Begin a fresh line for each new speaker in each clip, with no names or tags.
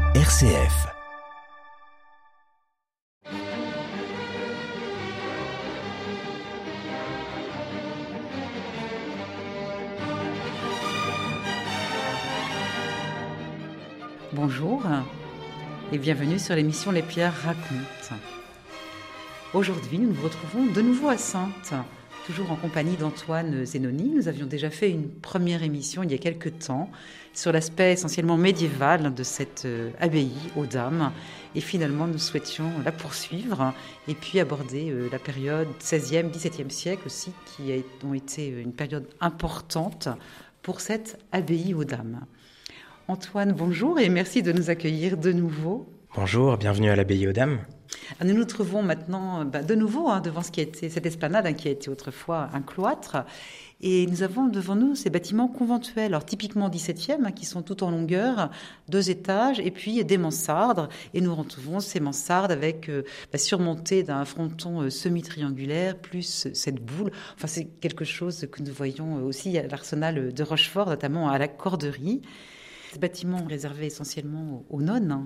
RCF.
Bonjour et bienvenue sur l'émission Les Pierres racontent. Aujourd'hui, nous nous retrouvons de nouveau à Saintes, toujours en compagnie d'Antoine Zenoni. Nous avions déjà fait une première émission il y a quelques temps sur l'aspect essentiellement médiéval de cette abbaye aux Dames. Et finalement, nous souhaitions la poursuivre et puis aborder la période 16e, 17e siècle aussi, qui ont été une période importante pour cette abbaye aux Dames. Antoine, bonjour et merci de nous accueillir de nouveau.
Bonjour, bienvenue à l'abbaye aux Dames.
Nous nous trouvons maintenant de nouveau devant ce qui a été cette esplanade qui a été autrefois un cloître. Et nous avons devant nous ces bâtiments conventuels, alors typiquement 17e, qui sont tout en longueur, 2 étages, et puis des mansardes. Et nous retrouvons ces mansardes avec surmontées d'un fronton semi-triangulaire, plus cette boule. Enfin, c'est quelque chose que nous voyons aussi à l'arsenal de Rochefort, notamment à la Corderie. Ce bâtiment réservé essentiellement aux nonnes.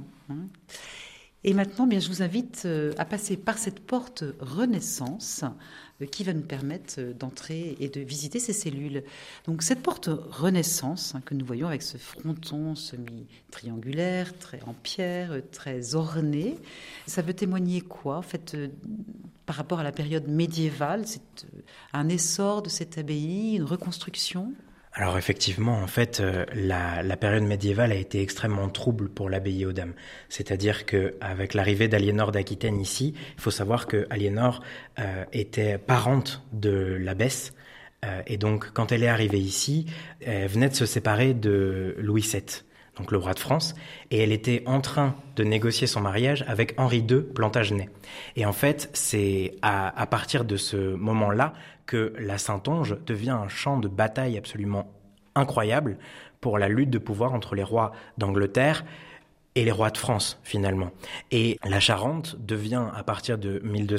Et maintenant, je vous invite à passer par cette porte Renaissance qui va nous permettre d'entrer et de visiter ces cellules. Donc cette porte Renaissance que nous voyons avec ce fronton semi-triangulaire, très en pierre, très orné, ça veut témoigner quoi en fait par rapport à la période médiévale? C'est un essor de cette abbaye, une reconstruction?
Alors effectivement, en fait, la période médiévale a été extrêmement trouble pour l'abbaye aux Dames. C'est-à-dire qu'avec l'arrivée d'Aliénor d'Aquitaine ici, il faut savoir que Aliénor était parente de l'abbesse. Et donc, quand elle est arrivée ici, elle venait de se séparer de Louis VII, donc le roi de France, et elle était en train de négocier son mariage avec Henri II Plantagenet. Et en fait, c'est à partir de ce moment-là que la Saintonge devient un champ de bataille absolument incroyable pour la lutte de pouvoir entre les rois d'Angleterre et les rois de France, finalement. Et la Charente devient, à partir de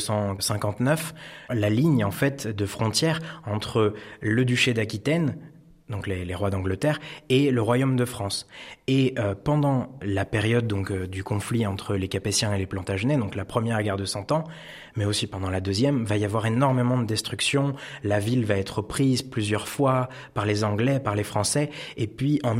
1259, la ligne, en fait, de frontière entre le duché d'Aquitaine, donc les rois d'Angleterre, et le royaume de France. Et pendant la période du conflit entre les Capétiens et les Plantagenets, donc la première guerre de 100 ans, mais aussi pendant la deuxième, va y avoir énormément de destruction. La ville va être prise plusieurs fois par les Anglais, par les Français. Et puis en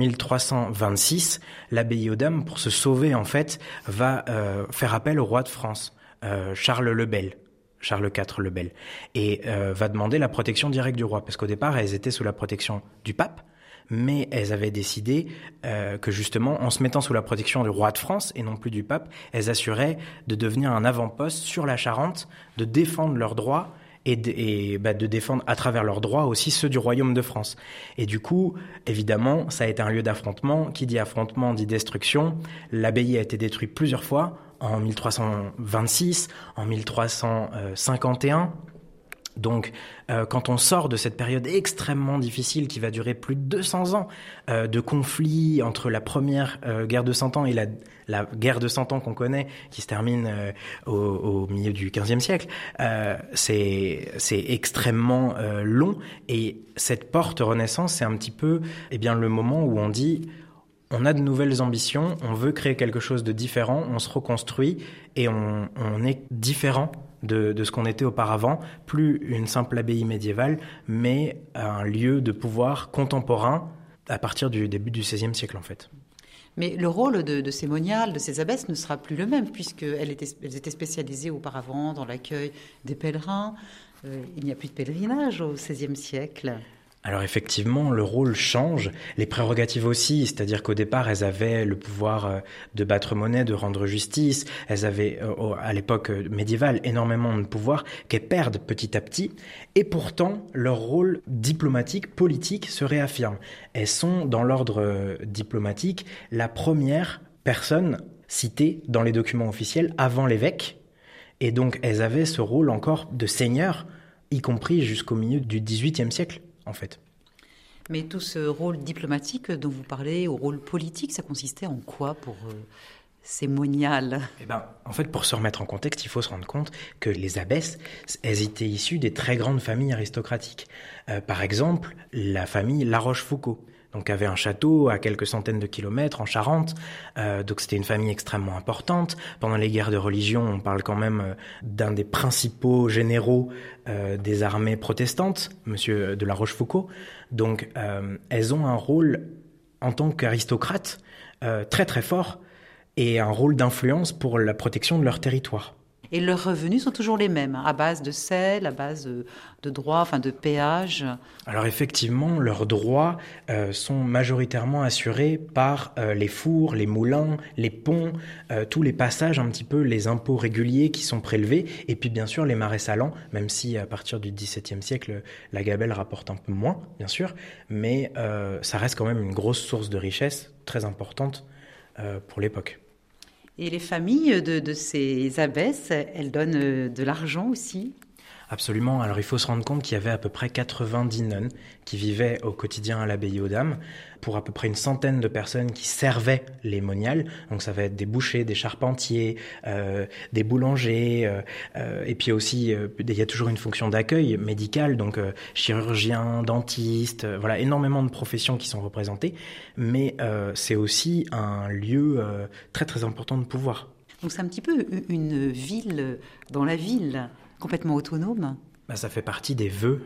1326, l'abbaye aux Dames, pour se sauver en fait, va faire appel au roi de France, Charles le Bel. Charles IV le Bel, et va demander la protection directe du roi, parce qu'au départ, elles étaient sous la protection du pape, mais elles avaient décidé que justement, en se mettant sous la protection du roi de France, et non plus du pape, elles assuraient de devenir un avant-poste sur la Charente, de défendre leurs droits, et de défendre à travers leurs droits aussi ceux du royaume de France. Et du coup, évidemment, ça a été un lieu d'affrontement. Qui dit affrontement dit destruction. L'abbaye a été détruite plusieurs fois, en 1326, en 1351. Donc, quand on sort de cette période extrêmement difficile qui va durer plus de 200 ans de conflits entre la première guerre de 100 ans et la guerre de 100 ans qu'on connaît, qui se termine au milieu du XVe siècle, c'est extrêmement long. Et cette porte Renaissance, c'est un petit peu le moment où on dit... On a de nouvelles ambitions, on veut créer quelque chose de différent, on se reconstruit et on est différent de ce qu'on était auparavant, plus une simple abbaye médiévale, mais un lieu de pouvoir contemporain à partir du début du XVIe siècle en fait.
Mais le rôle de ces moniales, de ces abbesses ne sera plus le même, puisqu'elles étaient spécialisées auparavant dans l'accueil des pèlerins. Il n'y a plus de pèlerinage au XVIe siècle.
Alors effectivement, le rôle change, les prérogatives aussi, c'est-à-dire qu'au départ, elles avaient le pouvoir de battre monnaie, de rendre justice, elles avaient à l'époque médiévale énormément de pouvoir qu'elles perdent petit à petit, et pourtant leur rôle diplomatique, politique se réaffirme. Elles sont, dans l'ordre diplomatique, la première personne citée dans les documents officiels avant l'évêque, et donc elles avaient ce rôle encore de seigneur, y compris jusqu'au milieu du XVIIIe siècle. En fait.
Mais tout ce rôle diplomatique dont vous parlez, au rôle politique, ça consistait en quoi pour ces moniales?
En fait, pour se remettre en contexte, il faut se rendre compte que les abbesses, elles étaient issues des très grandes familles aristocratiques. Par exemple, la famille La Rochefoucauld. donc avait un château à quelques centaines de kilomètres en Charente. Donc c'était une famille extrêmement importante. Pendant les guerres de religion, on parle quand même d'un des principaux généraux des armées protestantes, Monsieur de la Rochefoucauld. Donc elles ont un rôle en tant qu'aristocrates très très fort et un rôle d'influence pour la protection de leur territoire.
Et leurs revenus sont toujours les mêmes, à base de sel, à base de droits, enfin de péages.
Alors effectivement, leurs droits sont majoritairement assurés par les fours, les moulins, les ponts, tous les passages, un petit peu les impôts réguliers qui sont prélevés, et puis bien sûr les marais salants, même si à partir du XVIIe siècle, la gabelle rapporte un peu moins, bien sûr, mais ça reste quand même une grosse source de richesse très importante pour l'époque.
Et les familles de ces abbesses, elles donnent de l'argent aussi?
Absolument. Alors il faut se rendre compte qu'il y avait à peu près 90 nonnes qui vivaient au quotidien à l'abbaye aux Dames, pour à peu près une centaine de personnes qui servaient les moniales. Donc ça va être des bouchers, des charpentiers, des boulangers, et puis aussi il y a toujours une fonction d'accueil médical, donc chirurgien, dentiste, voilà, énormément de professions qui sont représentées. Mais c'est aussi un lieu très très important de pouvoir.
Donc c'est un petit peu une ville dans la ville, complètement autonome.
Ça fait partie des vœux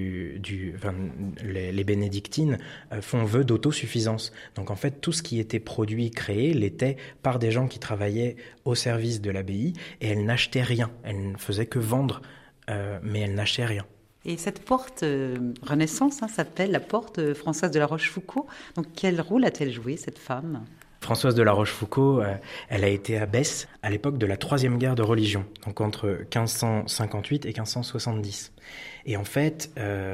les bénédictines font vœu d'autosuffisance. Donc en fait, tout ce qui était produit, créé, l'était par des gens qui travaillaient au service de l'abbaye et elles n'achetaient rien. Elles ne faisaient que vendre, mais elles n'achetaient rien.
Et cette porte Renaissance s'appelle la porte Françoise de la Rochefoucauld. Donc quel rôle a-t-elle joué, cette femme ?
Françoise de la Rochefoucauld, elle a été abbesse à l'époque de la Troisième Guerre de religion, donc entre 1558 et 1570. Et en fait,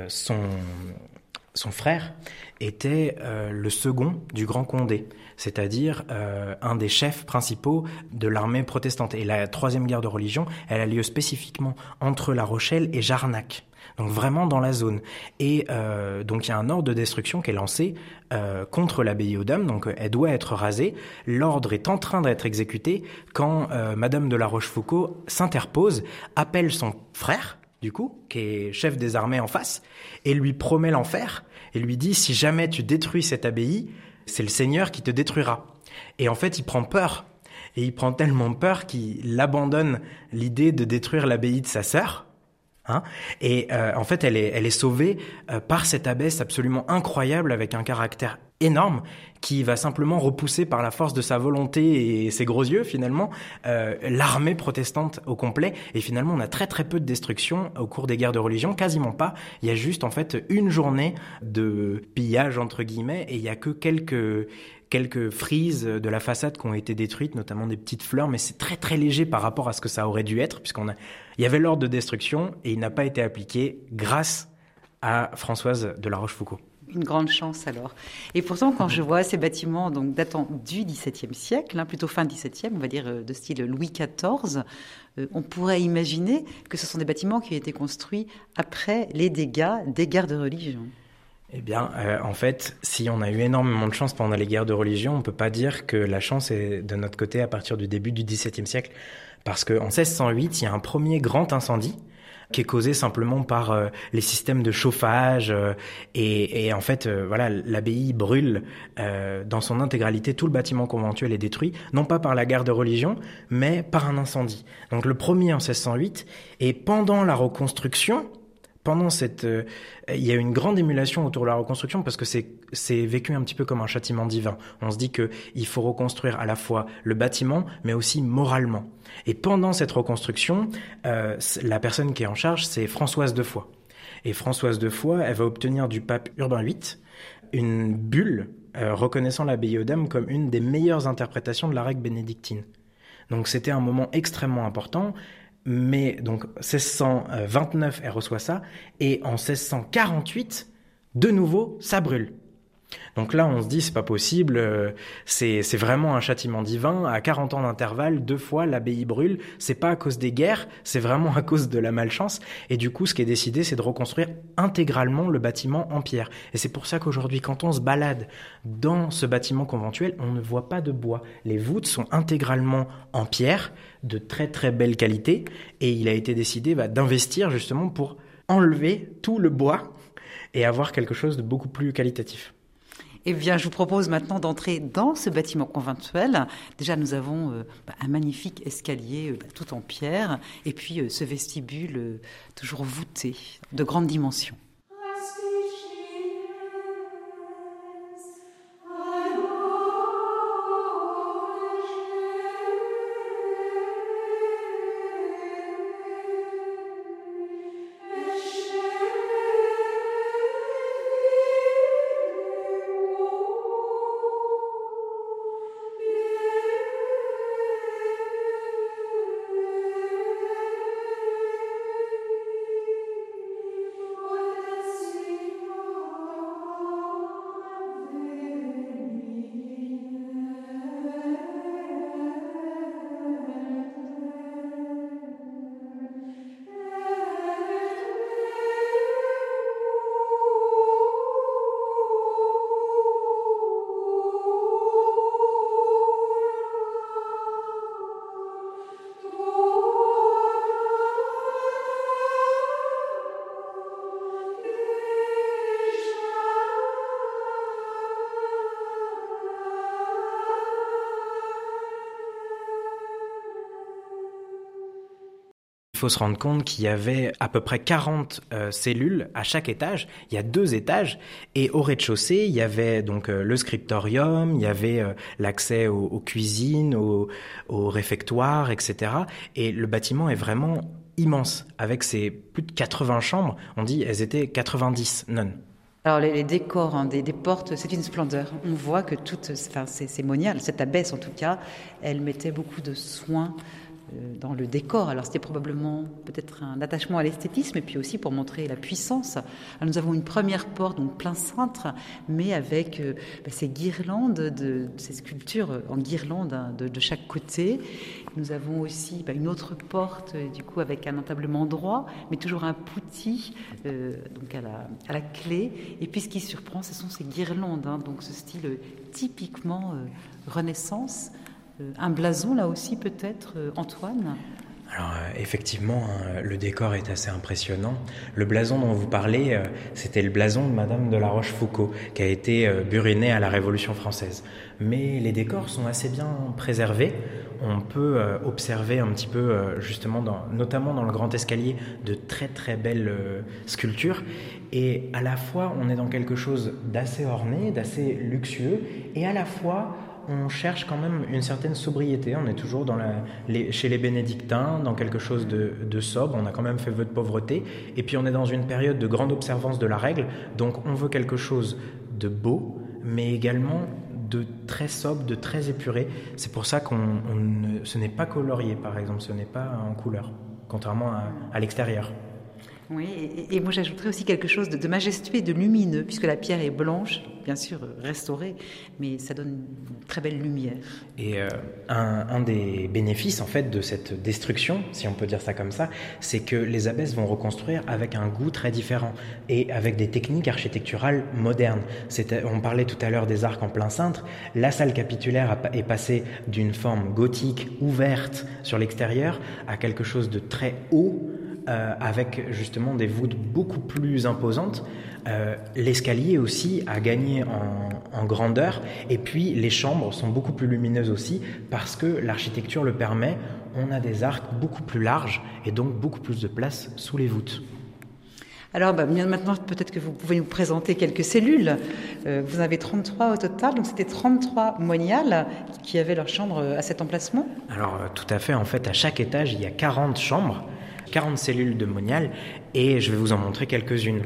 son frère était le second du Grand Condé, c'est-à-dire un des chefs principaux de l'armée protestante. Et la Troisième Guerre de religion, elle a lieu spécifiquement entre La Rochelle et Jarnac. Donc vraiment dans la zone. Et donc il y a un ordre de destruction qui est lancé contre l'abbaye aux Dames, donc elle doit être rasée. L'ordre est en train d'être exécuté quand Madame de la Rochefoucauld s'interpose, appelle son frère, du coup, qui est chef des armées en face, et lui promet l'enfer, et lui dit « Si jamais tu détruis cette abbaye, c'est le Seigneur qui te détruira ». Et en fait, il prend peur. Et il prend tellement peur qu'il abandonne l'idée de détruire l'abbaye de sa sœur. Et en fait, elle est sauvée par cette abbesse absolument incroyable, avec un caractère énorme, qui va simplement repousser par la force de sa volonté et ses gros yeux, finalement, l'armée protestante au complet. Et finalement, on a très très peu de destruction au cours des guerres de religion, quasiment pas. Il y a juste en fait une journée de pillage entre guillemets, et il y a que quelques frises de la façade qui ont été détruites, notamment des petites fleurs, mais c'est très très léger par rapport à ce que ça aurait dû être, il y avait l'ordre de destruction et il n'a pas été appliqué grâce à Françoise de la Rochefoucauld.
Une grande chance alors. Et pourtant, quand je vois ces bâtiments donc datant du XVIIe siècle, plutôt fin XVIIe, on va dire de style Louis XIV, on pourrait imaginer que ce sont des bâtiments qui ont été construits après les dégâts des guerres de religion.
Eh bien, en fait, si on a eu énormément de chance pendant les guerres de religion, on peut pas dire que la chance est de notre côté à partir du début du XVIIe siècle. Parce qu'en 1608, il y a un premier grand incendie qui est causé simplement par les systèmes de chauffage. Et en fait, voilà, l'abbaye brûle dans son intégralité. Tout le bâtiment conventuel est détruit, non pas par la guerre de religion, mais par un incendie. Donc le premier en 1608, et pendant la reconstruction... il y a une grande émulation autour de la reconstruction parce que c'est vécu un petit peu comme un châtiment divin. On se dit que il faut reconstruire à la fois le bâtiment, mais aussi moralement. Et pendant cette reconstruction, la personne qui est en charge, c'est Françoise de Foix. Et Françoise de Foix, elle va obtenir du pape Urbain VIII une bulle reconnaissant l'abbaye aux Dames comme une des meilleures interprétations de la règle bénédictine. Donc c'était un moment extrêmement important. Mais donc 1629, elle reçoit ça, et en 1648, de nouveau, ça brûle. Donc là, on se dit, c'est pas possible, c'est vraiment un châtiment divin. À 40 ans d'intervalle, 2 fois, l'abbaye brûle. C'est pas à cause des guerres, c'est vraiment à cause de la malchance. Et du coup, ce qui est décidé, c'est de reconstruire intégralement le bâtiment en pierre. Et c'est pour ça qu'aujourd'hui, quand on se balade dans ce bâtiment conventuel, on ne voit pas de bois. Les voûtes sont intégralement en pierre, de très très belle qualité. Et il a été décidé d'investir justement pour enlever tout le bois et avoir quelque chose de beaucoup plus qualitatif.
Eh bien, je vous propose maintenant d'entrer dans ce bâtiment conventuel. Déjà, nous avons un magnifique escalier tout en pierre et puis ce vestibule toujours voûté, de grande dimension.
Il faut se rendre compte qu'il y avait à peu près 40 cellules à chaque étage. Il y a 2 étages et au rez-de-chaussée, il y avait donc le scriptorium, il y avait l'accès aux cuisines, aux réfectoires, etc. Et le bâtiment est vraiment immense avec ses plus de 80 chambres. On dit elles étaient 90 nonnes.
Alors les décors des portes, c'est une splendeur. On voit que c'est monial. Cette abbesse en tout cas, elle mettait beaucoup de soin dans le décor. Alors c'était probablement peut-être un attachement à l'esthétisme et puis aussi pour montrer la puissance. Alors, nous avons une première porte, donc plein cintre, mais avec ces guirlandes, ces sculptures en guirlandes de chaque côté. Nous avons aussi une autre porte, du coup avec un entablement droit, mais toujours un poutis donc à la clé. Et puis ce qui surprend, ce sont ces guirlandes, donc ce style typiquement Renaissance. Un blason là aussi peut-être, Antoine?
Alors effectivement, le décor est assez impressionnant. Le blason dont vous parlez, c'était le blason de Madame de la Rochefoucauld, qui a été burinée à la Révolution française. Mais les décors sont assez bien préservés. On peut observer un petit peu, justement, notamment dans le grand escalier, de très très belles sculptures. Et à la fois, on est dans quelque chose d'assez orné, d'assez luxueux, et à la fois on cherche quand même une certaine sobriété. On est toujours chez les bénédictins, dans quelque chose de sobre. On a quand même fait vœu de pauvreté. Et puis on est dans une période de grande observance de la règle. Donc on veut quelque chose de beau, mais également de très sobre, de très épuré. C'est pour ça ce n'est pas colorié, par exemple. Ce n'est pas en couleur, contrairement à l'extérieur.
Oui, et moi j'ajouterais aussi quelque chose de majestueux et de lumineux, puisque la pierre est blanche, bien sûr restaurée, mais ça donne une très belle lumière.
Et un des bénéfices en fait de cette destruction, si on peut dire ça comme ça, c'est que les abbesses vont reconstruire avec un goût très différent et avec des techniques architecturales modernes. On parlait tout à l'heure des arcs en plein cintre. La salle capitulaire est passée d'une forme gothique ouverte sur l'extérieur à quelque chose de très haut, avec justement des voûtes beaucoup plus imposantes. L'escalier aussi a gagné en grandeur et puis les chambres sont beaucoup plus lumineuses aussi parce que l'architecture le permet. On a des arcs beaucoup plus larges et donc beaucoup plus de place sous les voûtes.
Alors maintenant peut-être que vous pouvez nous présenter quelques cellules. Vous en avez 33 au total, donc c'était 33 moniales qui avaient leur chambre à cet emplacement?
Alors tout à fait, en fait à chaque étage il y a 40 chambres, 40 cellules de moniales et je vais vous en montrer quelques-unes.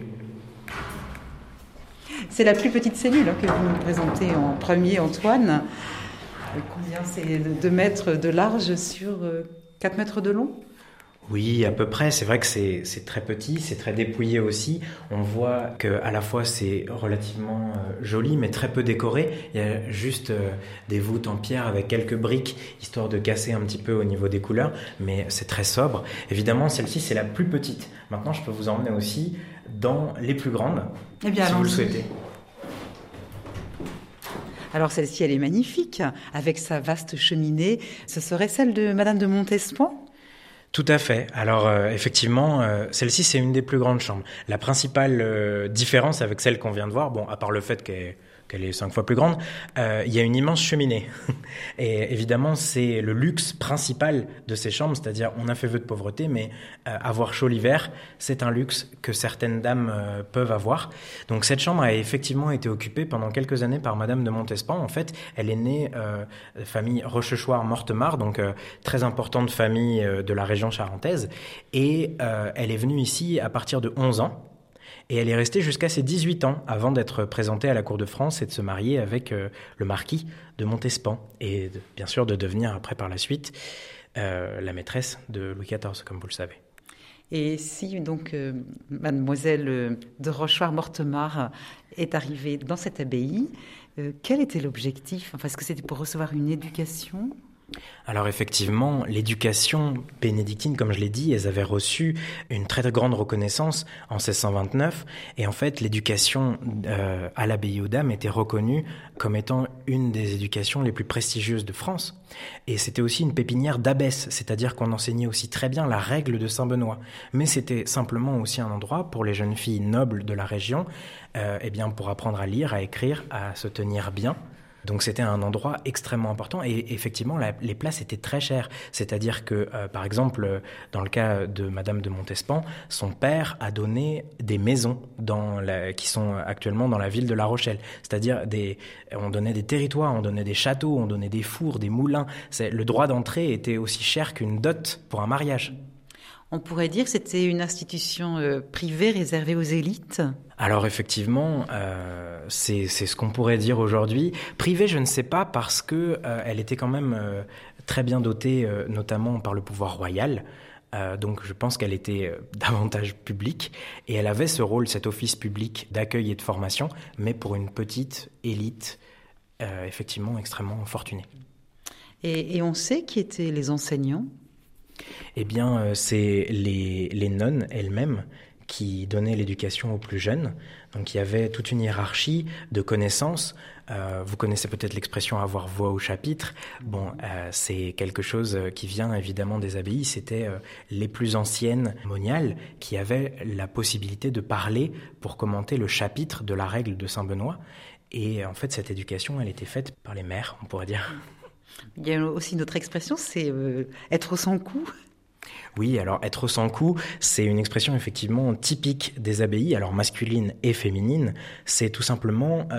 C'est la plus petite cellule que vous nous présentez en premier, Antoine. Combien c'est 2 mètres de large sur 4 mètres de long?
Oui, à peu près. C'est vrai que c'est très petit, c'est très dépouillé aussi. On voit qu'à la fois c'est relativement joli, mais très peu décoré. Il y a juste des voûtes en pierre avec quelques briques, histoire de casser un petit peu au niveau des couleurs, mais c'est très sobre. Évidemment, celle-ci, c'est la plus petite. Maintenant, je peux vous emmener aussi dans les plus grandes,
eh bien,
si vous le souhaitez.
Alors celle-ci, elle est magnifique, avec sa vaste cheminée. Ce serait celle de Madame de Montespan ?
Tout à fait. Alors effectivement, celle-ci c'est une des plus grandes chambres. La principale différence avec celle qu'on vient de voir, bon, à part le fait qu'elle est qu'elle est 5 fois plus grande, il y a une immense cheminée. Et évidemment, c'est le luxe principal de ces chambres, c'est-à-dire on a fait vœu de pauvreté, mais avoir chaud l'hiver, c'est un luxe que certaines dames peuvent avoir. Donc cette chambre a effectivement été occupée pendant quelques années par Madame de Montespan. En fait, elle est née famille Rochechouart-Mortemart, donc très importante famille de la région charentaise, et elle est venue ici à partir de 11 ans. Et elle est restée jusqu'à ses 18 ans avant d'être présentée à la cour de France et de se marier avec le marquis de Montespan et bien sûr de devenir après par la suite la maîtresse de Louis XIV, comme vous le savez.
Et si donc mademoiselle de Rochechouart-Mortemart est arrivée dans cette abbaye, quel était l'objectif? Enfin, est-ce que c'était pour recevoir une éducation?
Alors effectivement, l'éducation bénédictine, comme je l'ai dit, elles avaient reçu une très grande reconnaissance en 1629. Et en fait, l'éducation à l'abbaye aux Dames était reconnue comme étant une des éducations les plus prestigieuses de France. Et c'était aussi une pépinière d'abbesse, c'est-à-dire qu'on enseignait aussi très bien la règle de Saint-Benoît. Mais c'était simplement aussi un endroit pour les jeunes filles nobles de la région, pour apprendre à lire, à écrire, à se tenir bien. Donc c'était un endroit extrêmement important et effectivement les places étaient très chères. C'est-à-dire que par exemple dans le cas de Madame de Montespan, son père a donné des maisons qui sont actuellement dans la ville de La Rochelle. C'est-à-dire on donnait des territoires, on donnait des châteaux, on donnait des fours, des moulins. Le droit d'entrée était aussi cher qu'une dot pour un mariage.
On pourrait dire que c'était une institution privée réservée aux élites.
Alors effectivement, c'est ce qu'on pourrait dire aujourd'hui. Privée, je ne sais pas, parce que elle était quand même très bien dotée, notamment par le pouvoir royal. Donc je pense qu'elle était davantage publique et elle avait ce rôle, cet office public d'accueil et de formation, mais pour une petite élite effectivement extrêmement fortunée.
Et on sait qui étaient les enseignants?
Eh bien, c'est les nonnes elles-mêmes qui donnaient l'éducation aux plus jeunes. Donc il y avait toute une hiérarchie de connaissances. Vous connaissez peut-être l'expression avoir voix au chapitre. Bon, c'est quelque chose qui vient évidemment des abbayes. C'était les plus anciennes moniales qui avaient la possibilité de parler pour commenter le chapitre de la règle de Saint-Benoît. Et en fait, cette éducation, elle était faite par les mères, on pourrait dire.
Il y a aussi une autre expression, c'est être sans cou.
Oui, alors être sans cou, c'est une expression effectivement typique des abbayes, alors masculine et féminine. C'est tout simplement,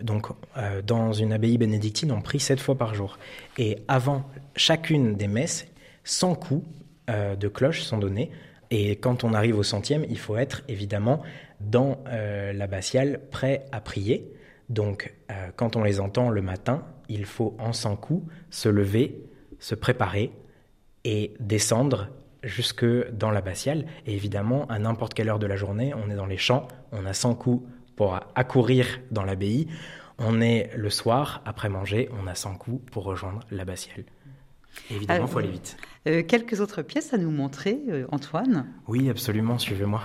dans une abbaye bénédictine, on prie 7 fois par jour. Et avant chacune des messes, 100 coups de cloche sont donnés. Et quand on arrive au 100e, il faut être évidemment dans l'abbatiale, prêt à prier. Donc, quand on les entend le matin, il faut en 100 coups se lever, se préparer et descendre jusque dans l'abbatiale. Et évidemment, à n'importe quelle heure de la journée, on est dans les champs, on a 100 coups pour accourir dans l'abbaye. On est le soir, après manger, on a 100 coups pour rejoindre l'abbatiale. Et évidemment, il faut aller vite.
Quelques autres pièces à nous montrer, Antoine?
Oui, absolument, suivez-moi.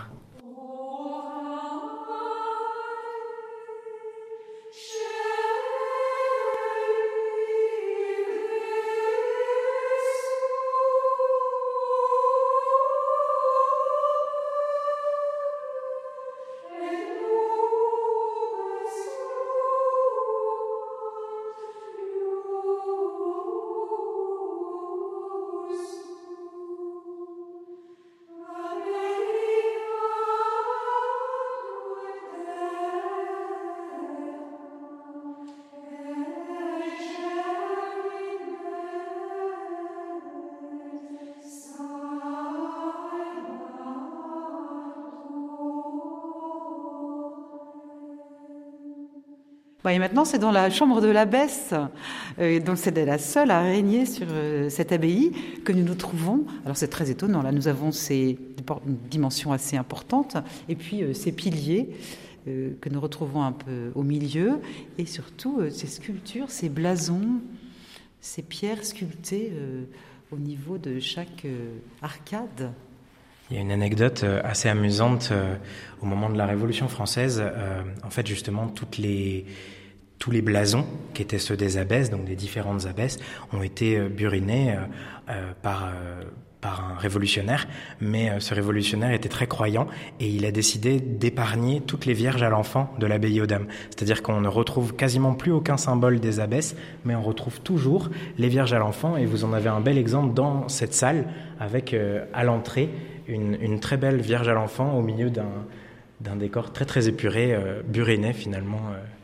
Et maintenant, c'est dans la chambre de l'abbesse. Donc, c'est la seule à régner sur cette abbaye que nous nous trouvons. Alors, c'est très étonnant. Là, nous avons une dimension assez importante. Et puis, ces piliers que nous retrouvons un peu au milieu. Et surtout, ces sculptures, ces blasons, ces pierres sculptées au niveau de chaque arcade.
Il y a une anecdote assez amusante au moment de la Révolution française. En fait, justement, tous les blasons qui étaient ceux des abbesses, donc des différentes abbesses, ont été burinés par par un révolutionnaire, mais ce révolutionnaire était très croyant et il a décidé d'épargner toutes les vierges à l'enfant de l'abbaye aux Dames. C'est-à-dire qu'on ne retrouve quasiment plus aucun symbole des abbesses, mais on retrouve toujours les vierges à l'enfant, et vous en avez un bel exemple dans cette salle avec à l'entrée une très belle vierge à l'enfant au milieu d'un décor très très épuré, burénais finalement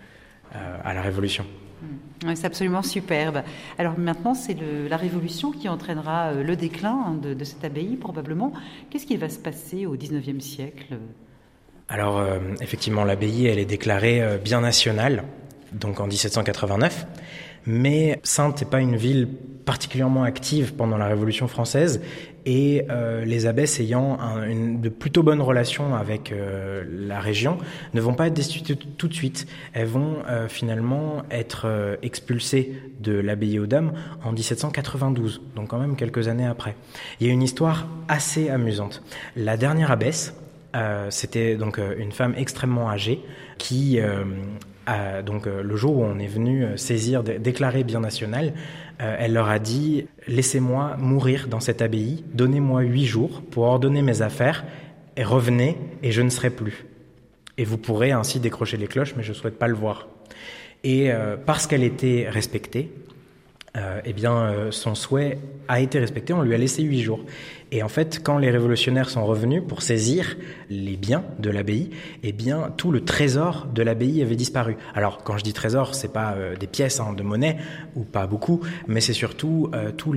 à la Révolution.
Oui, c'est absolument superbe. Alors maintenant, c'est la Révolution qui entraînera le déclin de cette abbaye, probablement. Qu'est-ce qui va se passer au XIXe siècle ?
Alors, effectivement, l'abbaye, elle est déclarée bien nationale, donc en 1789. Mais Saintes n'est pas une ville particulièrement active pendant la Révolution française, et les abbesses ayant de plutôt bonnes relations avec la région ne vont pas être destituées tout de suite. Elles vont finalement être expulsées de l'abbaye aux Dames en 1792, donc quand même quelques années après. Il y a une histoire assez amusante. La dernière abbesse, c'était donc une femme extrêmement âgée qui... donc le jour où on est venu déclarer bien national, elle leur a dit « Laissez-moi mourir dans cette abbaye, donnez-moi 8 jours pour ordonner mes affaires, et revenez et je ne serai plus. Et vous pourrez ainsi décrocher les cloches, mais je ne souhaite pas le voir. » Et parce qu'elle était respectée, son souhait a été respecté, on lui a laissé 8 jours. Et en fait, quand les révolutionnaires sont revenus pour saisir les biens de l'abbaye, tout le trésor de l'abbaye avait disparu. Alors, quand je dis trésor, c'est pas des pièces de monnaie, ou pas beaucoup, mais c'est surtout tous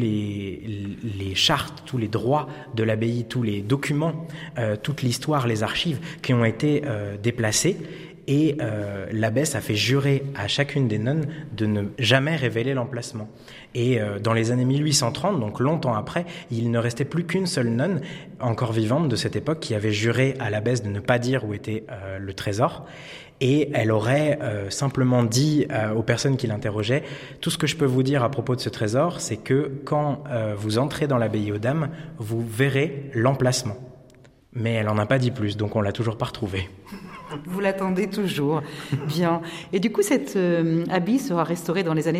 les chartes, tous les droits de l'abbaye, tous les documents, toute l'histoire, les archives qui ont été déplacés. Et l'abbesse a fait jurer à chacune des nonnes de ne jamais révéler l'emplacement. Et dans les années 1830, donc longtemps après, il ne restait plus qu'une seule nonne encore vivante de cette époque qui avait juré à l'abbesse de ne pas dire où était le trésor. Et elle aurait simplement dit aux personnes qui l'interrogeaient « Tout ce que je peux vous dire à propos de ce trésor, c'est que quand vous entrez dans l'abbaye aux Dames, vous verrez l'emplacement. » Mais elle n'en a pas dit plus, donc on l'a toujours pas retrouvé.
Vous l'attendez toujours. Bien. Et du coup, cette abbaye sera restaurée dans les années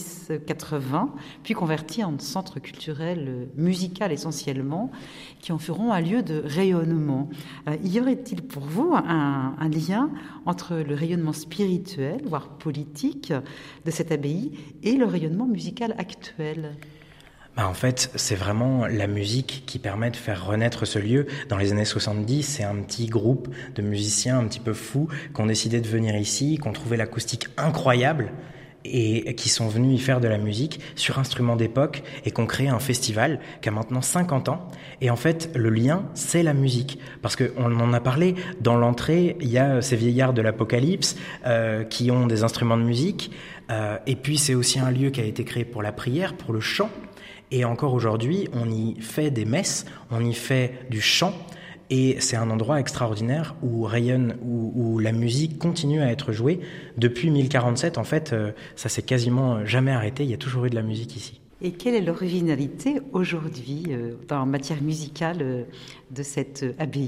70-80, puis convertie en centre culturel musical essentiellement, qui en feront un lieu de rayonnement. Y aurait-il pour vous un lien entre le rayonnement spirituel, voire politique, de cette abbaye et le rayonnement musical actuel ?
En fait, c'est vraiment la musique qui permet de faire renaître ce lieu. Dans les années 70, c'est un petit groupe de musiciens un petit peu fous qui ont décidé de venir ici, qui ont trouvé l'acoustique incroyable et qui sont venus y faire de la musique sur instruments d'époque et qui ont créé un festival qui a maintenant 50 ans. Et en fait, le lien, c'est la musique. Parce qu'on en a parlé, dans l'entrée, il y a ces vieillards de l'Apocalypse qui ont des instruments de musique. Et puis, c'est aussi un lieu qui a été créé pour la prière, pour le chant. Et encore aujourd'hui, on y fait des messes, on y fait du chant, et c'est un endroit extraordinaire où la musique continue à être jouée. Depuis 1047, en fait, ça s'est quasiment jamais arrêté, il y a toujours eu de la musique ici.
Et quelle est l'originalité aujourd'hui en matière musicale de cette abbaye ?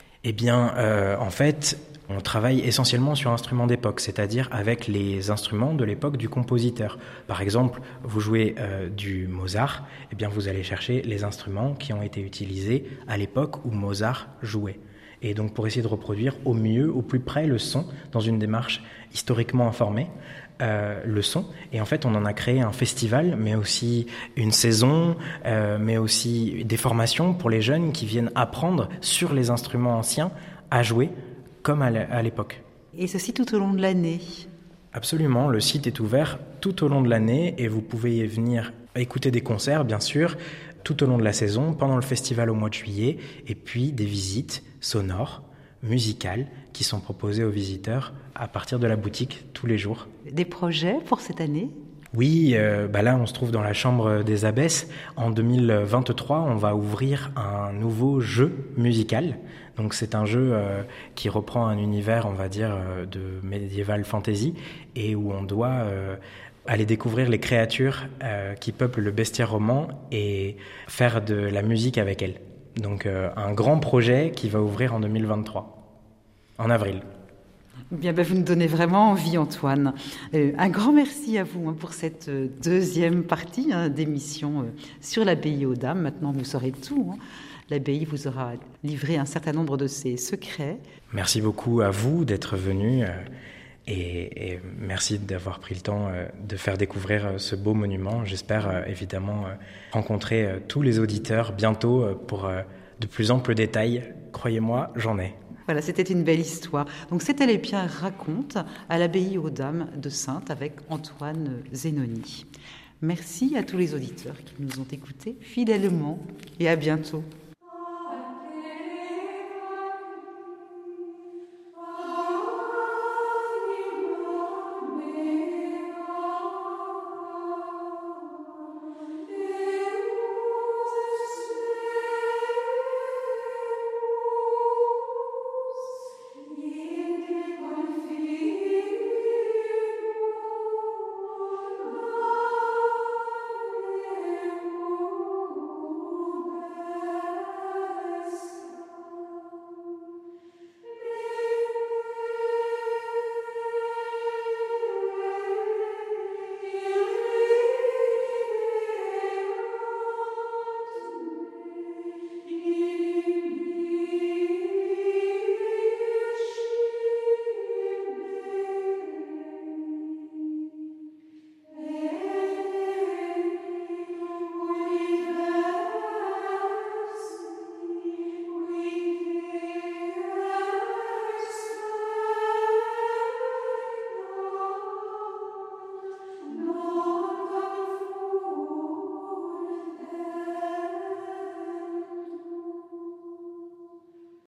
En fait, on travaille essentiellement sur instruments d'époque, c'est-à-dire avec les instruments de l'époque du compositeur. Par exemple, vous jouez du Mozart, vous allez chercher les instruments qui ont été utilisés à l'époque où Mozart jouait. Et donc pour essayer de reproduire au mieux, au plus près le son, dans une démarche historiquement informée, le son. Et en fait, on en a créé un festival, mais aussi une saison, mais aussi des formations pour les jeunes qui viennent apprendre sur les instruments anciens à jouer comme à l'époque.
Et ceci tout au long de l'année ?
Absolument, le site est ouvert tout au long de l'année et vous pouvez y venir écouter des concerts, bien sûr, tout au long de la saison, pendant le festival au mois de juillet, et puis des visites sonores, musicales, qui sont proposées aux visiteurs à partir de la boutique tous les jours.
Des projets pour cette année ?
Oui, là on se trouve dans la chambre des abbesses. En 2023, on va ouvrir un nouveau jeu musical. Donc c'est un jeu qui reprend un univers, on va dire, de médiéval fantasy, et où on doit aller découvrir les créatures qui peuplent le bestiaire roman et faire de la musique avec elles. Donc un grand projet qui va ouvrir en 2023, en avril.
Bien, vous nous donnez vraiment envie, Antoine. Un grand merci à vous pour cette deuxième partie d'émission sur l'abbaye aux Dames. Maintenant, vous saurez tout. L'abbaye vous aura livré un certain nombre de ses secrets.
Merci beaucoup à vous d'être venu et merci d'avoir pris le temps de faire découvrir ce beau monument. J'espère évidemment rencontrer tous les auditeurs bientôt pour de plus amples détails. Croyez-moi, j'en ai.
Voilà, c'était une belle histoire. Donc, c'était Les Pierres racontent à l'abbaye aux Dames de Saintes avec Antoine Zenoni. Merci à tous les auditeurs qui nous ont écoutés fidèlement et à bientôt.